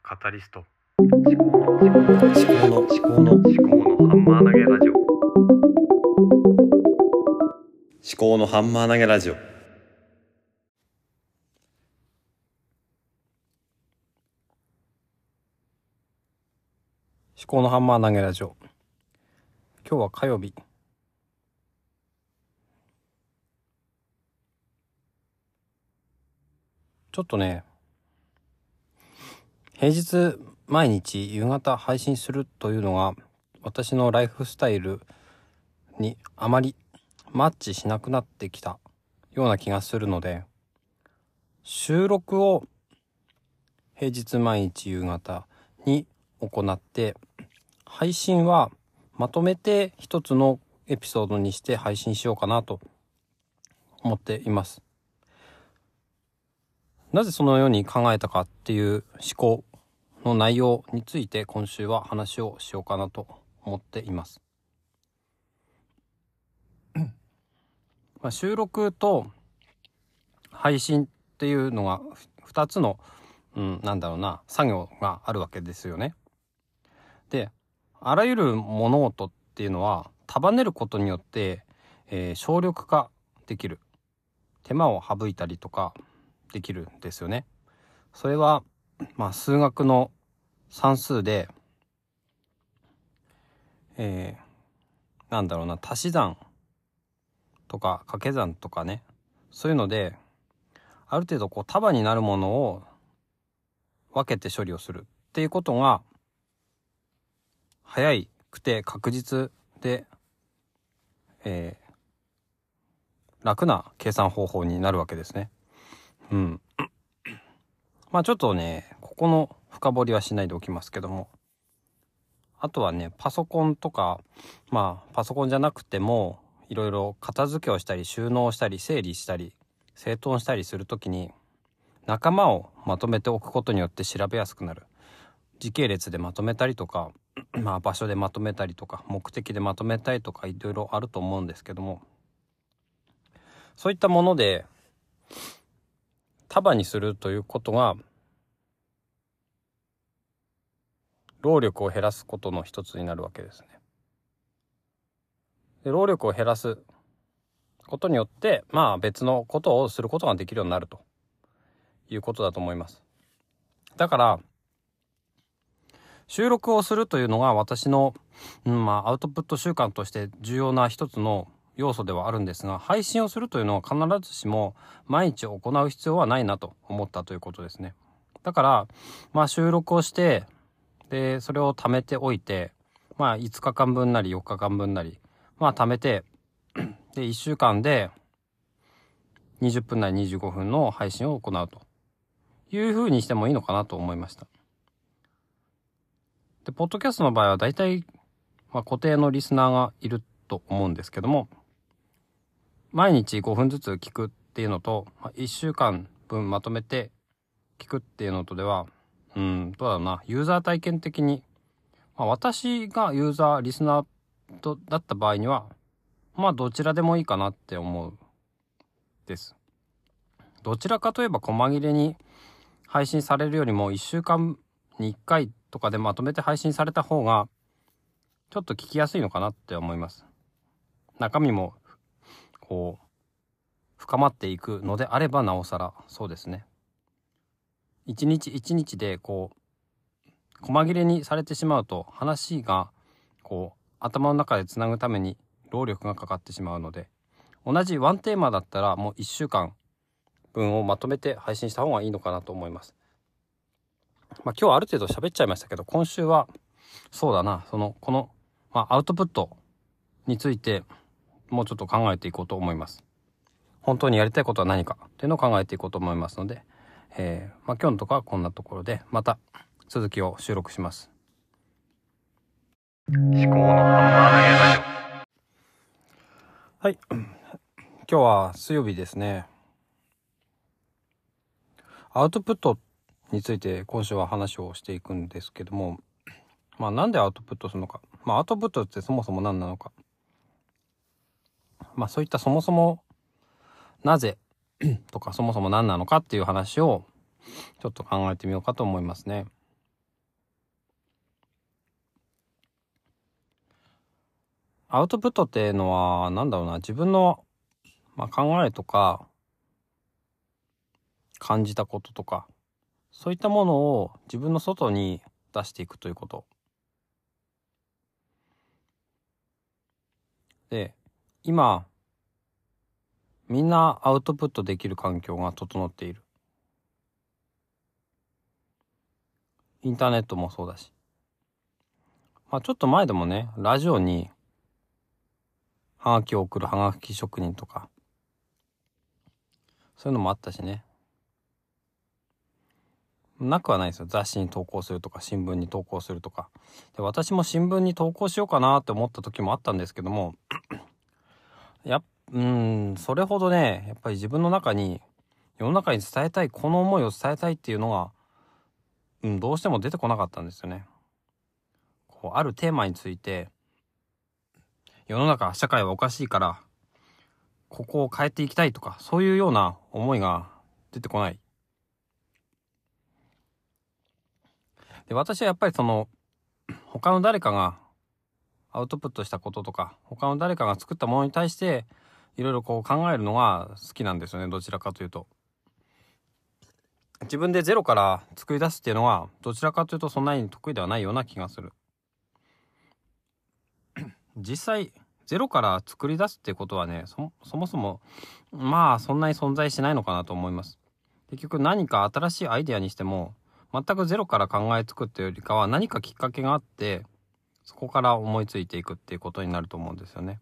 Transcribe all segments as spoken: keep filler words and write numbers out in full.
カタリスト思考の思考の思考の思考の思考のハンマー投げラジオ思考のハンマー投げラジオ思考のハンマー投げラジオ。今日は火曜日。ちょっとね、平日毎日夕方配信するというのが私のライフスタイルにあまりマッチしなくなってきたような気がするので、収録を平日毎日夕方に行って、配信はまとめて一つのエピソードにして配信しようかなと思っています。なぜそのように考えたかっていう思考の内容について今週は話をしようかなと思っています。まあ、収録と配信っていうのがふたつの、うん、なんだろうな作業があるわけですよね。で、あらゆる物事っていうのは束ねることによって、えー、省力化できる、手間を省いたりとかできるんですよね。それはまあ数学の算数で、えー、なんだろうな足し算とか掛け算とかね、そういうのである程度こう束になるものを分けて処理をするっていうことが早くて確実で、えー、楽な計算方法になるわけですね。うん。まあちょっとね、ここの深掘りはしないでおきますけども、あとはね、パソコンとか、まあパソコンじゃなくてもいろいろ片付けをしたり収納したり整理したり整頓したりするときに仲間をまとめておくことによって調べやすくなる。時系列でまとめたりとか、まあ場所でまとめたりとか、目的でまとめたりとか、いろいろあると思うんですけども、そういったもので束にするということが労力を減らすことの一つになるわけですね。で、労力を減らすことによってまあ別のことをすることができるようになるということだと思います。だから収録をするというのが私の、うんまあ、アウトプット習慣として重要な一つの要素ではあるんですが、配信をするというのは必ずしも毎日行う必要はないなと思ったということですね。だからまあ収録をしてでそれを貯めておいて、まあいつかかんぶんなりよっかかんぶんなりまあ貯めて、でいっしゅうかんでにじゅっぷんなりにじゅうごふんの配信を行うというふうにしてもいいのかなと思いました。で、ポッドキャストの場合はだいたい、まあ、固定のリスナーがいると思うんですけども、毎日ごふんずつ聞くっていうのと、まあ、いっしゅうかんぶんまとめて聞くっていうのとでは、うん、どうだろうな、ユーザー体験的に、まあ、私がユーザー、リスナーとだった場合には、まあどちらでもいいかなって思うです。どちらかといえば細切れに配信されるよりもいっしゅうかんにいっかいとかでまとめて配信された方がちょっと聞きやすいのかなって思います。中身もこう深まっていくのであればなおさらそうですね。一日一日でこう細切れにされてしまうと話がこう頭の中でつなぐために労力がかかってしまうので、同じワンテーマだったらもういっしゅうかんぶんをまとめて配信した方がいいのかなと思います。まあ今日はある程度喋っちゃいましたけど、今週はそうだな、そのこの、まあ、アウトプットについてもうちょっと考えていこうと思います。本当にやりたいことは何かっていうのを考えていこうと思いますので、えー、まあ今日のところはこんなところでまた続きを収録します。 思考のハンマー投げラジはい、今日は水曜日ですね。アウトプットについて今週は話をしていくんですけども、まあなんでアウトプットするのか、まあアウトプットってそもそも何なのか、まあそういったそもそもなぜとかそもそも何なのかっていう話をちょっと考えてみようかと思いますね。 アウトプットっていうのは、なんだろうな、自分の、まあ、考えとか、感じたこととか、そういったものを自分の外に出していくということ。で、今、みんなアウトプットできる環境が整っている。インターネットもそうだし。まあちょっと前でもね、ラジオにハガキを送るハガキ職人とか、そういうのもあったしね。なくはないですよ。雑誌に投稿するとか、新聞に投稿するとか。で、私も新聞に投稿しようかなって思った時もあったんですけども、やっ、うーん、それほどね、やっぱり自分の中に、世の中に伝えたい、この思いを伝えたいっていうのが、うん、どうしても出てこなかったんですよね。こう、あるテーマについて、世の中、社会はおかしいから、ここを変えていきたいとか、そういうような思いが出てこない。で、私はやっぱりその、他の誰かがアウトプットしたこととか、他の誰かが作ったものに対して、いろいろこう考えるのが好きなんですよね、どちらかというと。自分でゼロから作り出すっていうのは、どちらかというとそんなに得意ではないような気がする。実際、ゼロから作り出すっていうことはね、そ、そもそも、まあ、そんなに存在しないのかなと思います。結局何か新しいアイデアにしても、全くゼロから考えつくっていうよりかは、何かきっかけがあって、そこから思いついていくっていうことになると思うんですよね。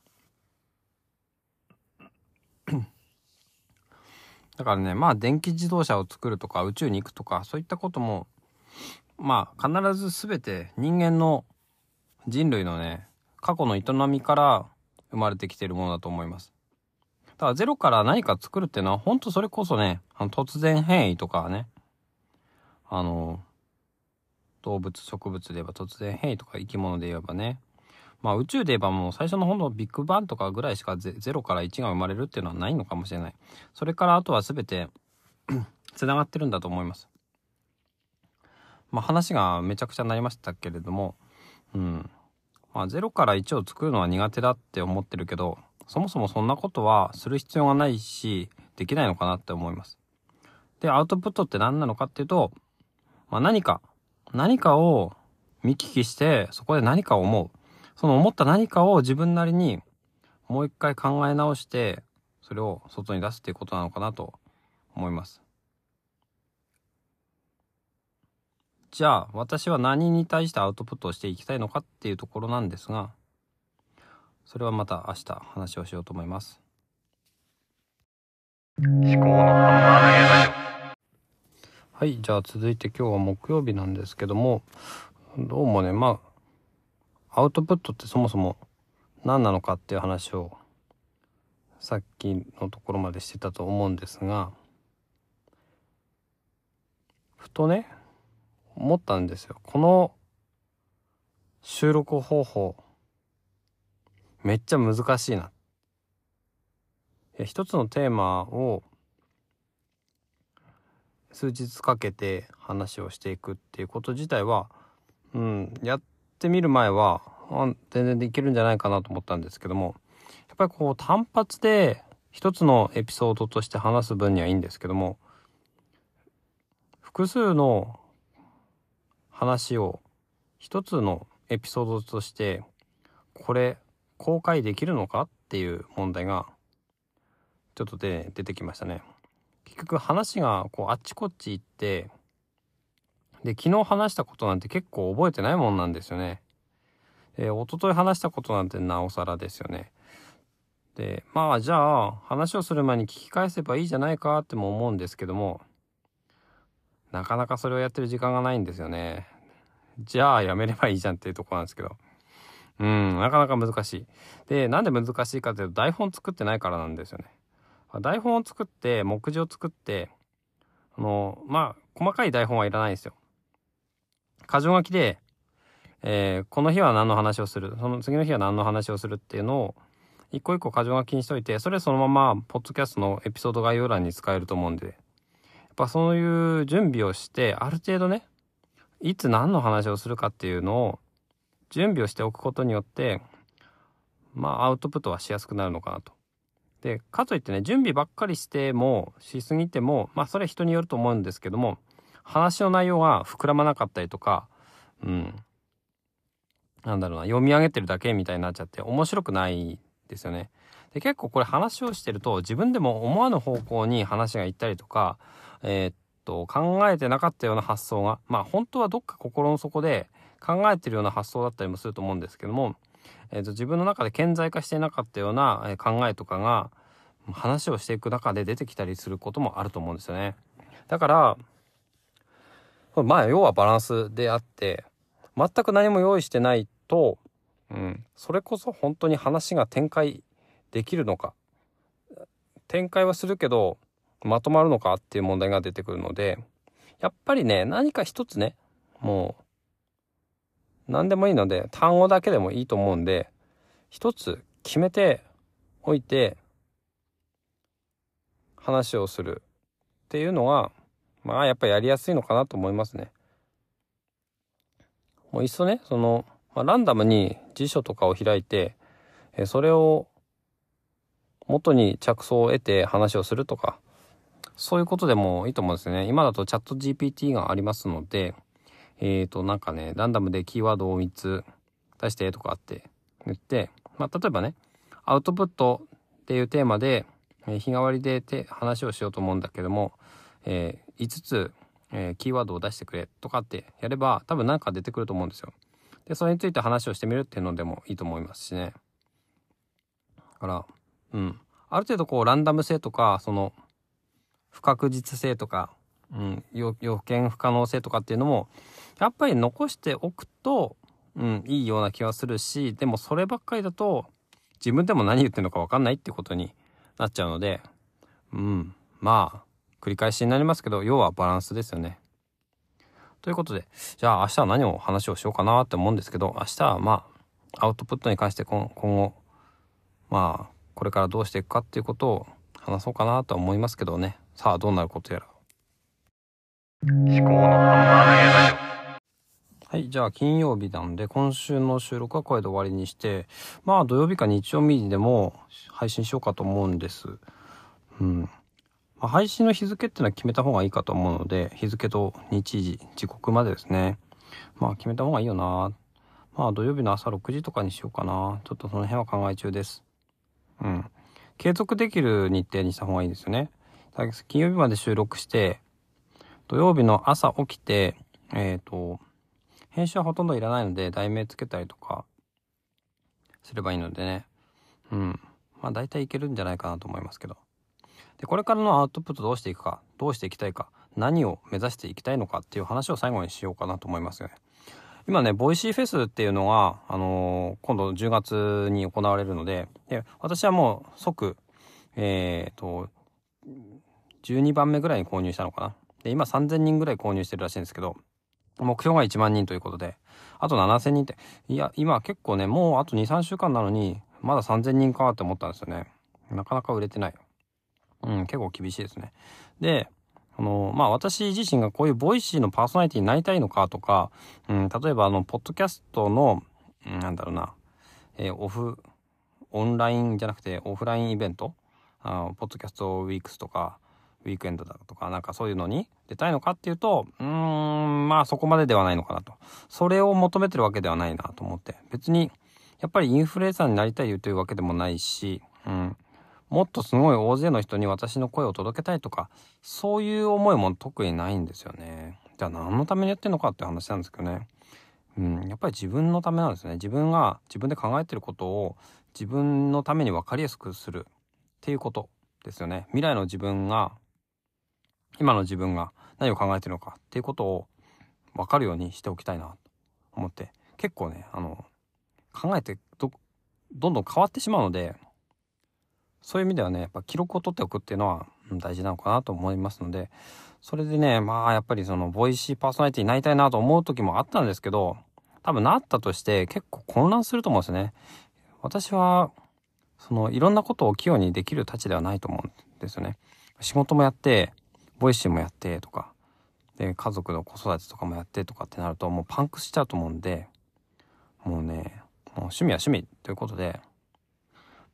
だからね、まあ電気自動車を作るとか宇宙に行くとか、そういったことも、まあ必ず全て人間の人類のね、過去の営みから生まれてきているものだと思います。だからゼロから何か作るっていうのは、本当それこそね、あの突然変異とかね、あの、動物、植物で言えば突然変異とか生き物で言えばね、まあ宇宙で言えばもう最初のほんのビッグバンとかぐらいしかゼゼロからいちが生まれるっていうのはないのかもしれない。それからあとは全てつながってるんだと思います。まあ話がめちゃくちゃになりましたけれども、うん。まあゼロからいちを作るのは苦手だって思ってるけど、そもそもそんなことはする必要がないし、できないのかなって思います。で、アウトプットって何なのかっていうと、まあ何か、何かを見聞きして、そこで何かを思う。その思った何かを自分なりにもう一回考え直して、それを外に出すっていうことなのかなと思います。じゃあ、私は何に対してアウトプットをしていきたいのかっていうところなんですが、それはまた明日話をしようと思います。 思考のハンマー投げラジはい、じゃあ続いて今日は木曜日なんですけども、どうもね、まあ、アウトプットってそもそも何なのかっていう話をさっきのところまでしてたと思うんですが、ふとね、思ったんですよ。この収録方法、めっちゃ難しいな。いや、一つのテーマを数日かけて話をしていくっていうこと自体は、うん、やってみる前はあ全然できるんじゃないかなと思ったんですけども、やっぱりこう単発で一つのエピソードとして話す分にはいいんですけども、複数の話を一つのエピソードとしてこれ公開できるのかっていう問題がちょっとで出てきましたね。結局話がこうあっちこっち行って、で昨日話したことなんて結構覚えてないもんなんですよね。で一昨日話したことなんてなおさらですよね。でまあじゃあ話をする前に聞き返せばいいじゃないかっても思うんですけども、なかなかそれをやってる時間がないんですよね。じゃあやめればいいじゃんっていうところなんですけど、うんなかなか難しい。でなんで難しいかというと、台本作ってないからなんですよね。台本を作って目次を作って、あのまあ細かい台本はいらないんですよ。箇条書きで、えー、この日は何の話をする、その次の日は何の話をするっていうのを一個一個箇条書きにしといて、それそのままポッドキャストのエピソード概要欄に使えると思うんで、やっぱそういう準備をして、ある程度ね、いつ何の話をするかっていうのを準備をしておくことによって、 まあアウトプットはしやすくなるのかなと。でかといってね、準備ばっかりしてもしすぎても、まあそれは人によると思うんですけども、話の内容が膨らまなかったりとか、うんなんだろうな、読み上げてるだけみたいになっちゃって面白くないですよね。で結構これ話をしてると自分でも思わぬ方向に話がいったりとか、えーっと考えてなかったような発想が、まあ本当はどっか心の底で考えてるような発想だったりもすると思うんですけども、えーっと自分の中で顕在化していなかったようなえー考えとかが話をしていく中で出てきたりすることもあると思うんですよね。だからまあ要はバランスであって、全く何も用意してないと、うん、それこそ本当に話が展開できるのか、展開はするけどまとまるのかっていう問題が出てくるので、やっぱりね、何か一つね、もう何でもいいので単語だけでもいいと思うんで、一つ決めておいて話をするっていうのが、まあやっぱりやりやすいのかなと思いますね。もういっそね、その、まあ、ランダムに辞書とかを開いて、えそれを元に着想を得て話をするとか、そういうことでもいいと思うんですよね。今だとチャット ジーピーティー がありますので、えーと、なんかね、ランダムでキーワードをみっつ出してとかって言って、まあ、例えばね、アウトプットっていうテーマで、えー日替わりでて話をしようと思うんだけども、えーいつつ、えーキーワードを出してくれとかってやれば、多分なんか出てくると思うんですよ。で、それについて話をしてみるっていうのでもいいと思いますしね。だから、うん。ある程度こう、ランダム性とか、その、不確実性とか、うん、予予見不可能性とかっていうのもやっぱり残しておくと、うん、いいような気はするし、でもそればっかりだと自分でも何言ってるのか分かんないってことになっちゃうので、うんまあ繰り返しになりますけど、要はバランスですよね。ということで、じゃあ明日は何を話をしようかなって思うんですけど、明日はまあアウトプットに関して今今後まあこれからどうしていくかっていうことを話そうかなとは思いますけどね。さあどうなることやら。 思考のハンマー投げラジはい、じゃあ金曜日なんで今週の収録はこれで終わりにして、まあ土曜日か日曜日でも配信しようかと思うんです。うん。まあ、配信の日付っていうのは決めた方がいいかと思うので、日付と日時、時刻までですね。まあ決めた方がいいよな。まあ土曜日の朝ろくじとかにしようかな。ちょっとその辺は考え中です。うん。継続できる日程にした方がいいですよね。金曜日まで収録して、土曜日の朝起きて、えっと、編集はほとんどいらないので、題名つけたりとかすればいいのでね。うん。まあ大体いけるんじゃないかなと思いますけど。で、これからのアウトプットどうしていくか、どうしていきたいか、何を目指していきたいのかっていう話を最後にしようかなと思いますよね。今ね、ボイシーフェスっていうのが、あのー今度じゅうがつに行われるので、で私はもう即、えーと、じゅうにばんめぐらいに購入したのかな。で、今さんぜんにんぐらい購入してるらしいんですけど、目標がいちまんにんということで、あとななせんにんって、いや、今結構ね、もうあとに、さんしゅうかんなのに、まださんぜんにんかって思ったんですよね。なかなか売れてない。うん、結構厳しいですね。で、あの、まあ、私自身がこういうボイシーのパーソナリティになりたいのかとか、うん、例えばあの、ポッドキャストの、うん、なんだろうな、えーオフ、オンラインじゃなくてオフラインイベント、あのポッドキャストウィークスとか、ウィークエンドだとか、なんかそういうのに出たいのかっていうと、うーん、まあそこまでではないのかなと。それを求めてるわけではないなと思って。別に、やっぱりインフルエンサーになりたいというわけでもないし、うん。もっとすごい大勢の人に私の声を届けたいとか、そういう思いも特にないんですよね。じゃあ何のためにやってんのかっていう話なんですけどね。うん、やっぱり自分のためなんですね。自分が自分で考えてることを自分のために分かりやすくするっていうことですよね。未来の自分が、今の自分が何を考えてるのかっていうことを分かるようにしておきたいなと思って、結構ね、あの、考えて ど, どんどん変わってしまうので、そういう意味ではね、やっぱ記録を取っておくっていうのは大事なのかなと思いますので、それでね、まあやっぱりそのボイシーパーソナリティになりたいなと思う時もあったんですけど、多分なったとして結構混乱すると思うんですよね。私はそのいろんなことを器用にできるたちではないと思うんですよね。仕事もやってボイシーもやってとかで、家族の子育てとかもやってとかってなるともうパンクしちゃうと思うんで、もうね、もう趣味は趣味ということで、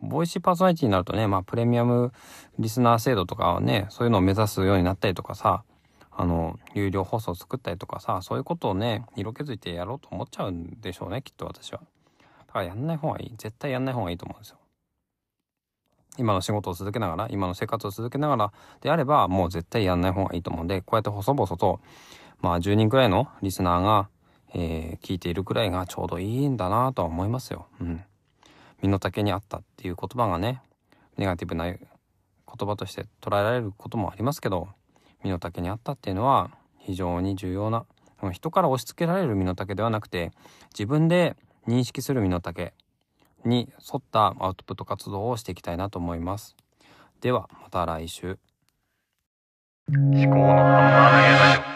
ボイシーパーソナリティになるとね、まあプレミアムリスナー制度とかはね、そういうのを目指すようになったりとかさ、あの、有料放送を作ったりとかさ、そういうことをね、色気づいてやろうと思っちゃうんでしょうね、きっと私は。だからやんない方がいい。絶対やんない方がいいと思うんですよ。今の仕事を続けながら、今の生活を続けながらであれば、もう絶対やんない方がいいと思うんで、こうやって細々と、まあじゅうにんくらいのリスナーが、えー聞いているくらいがちょうどいいんだなとは思いますよ。うん。身の丈にあったっていう言葉がね、ネガティブな言葉として捉えられることもありますけど、身の丈にあったっていうのは非常に重要な、人から押し付けられる身の丈ではなくて、自分で認識する身の丈に沿ったアウトプット活動をしていきたいなと思います。ではまた来週。 思考のハンマー投げラジオ。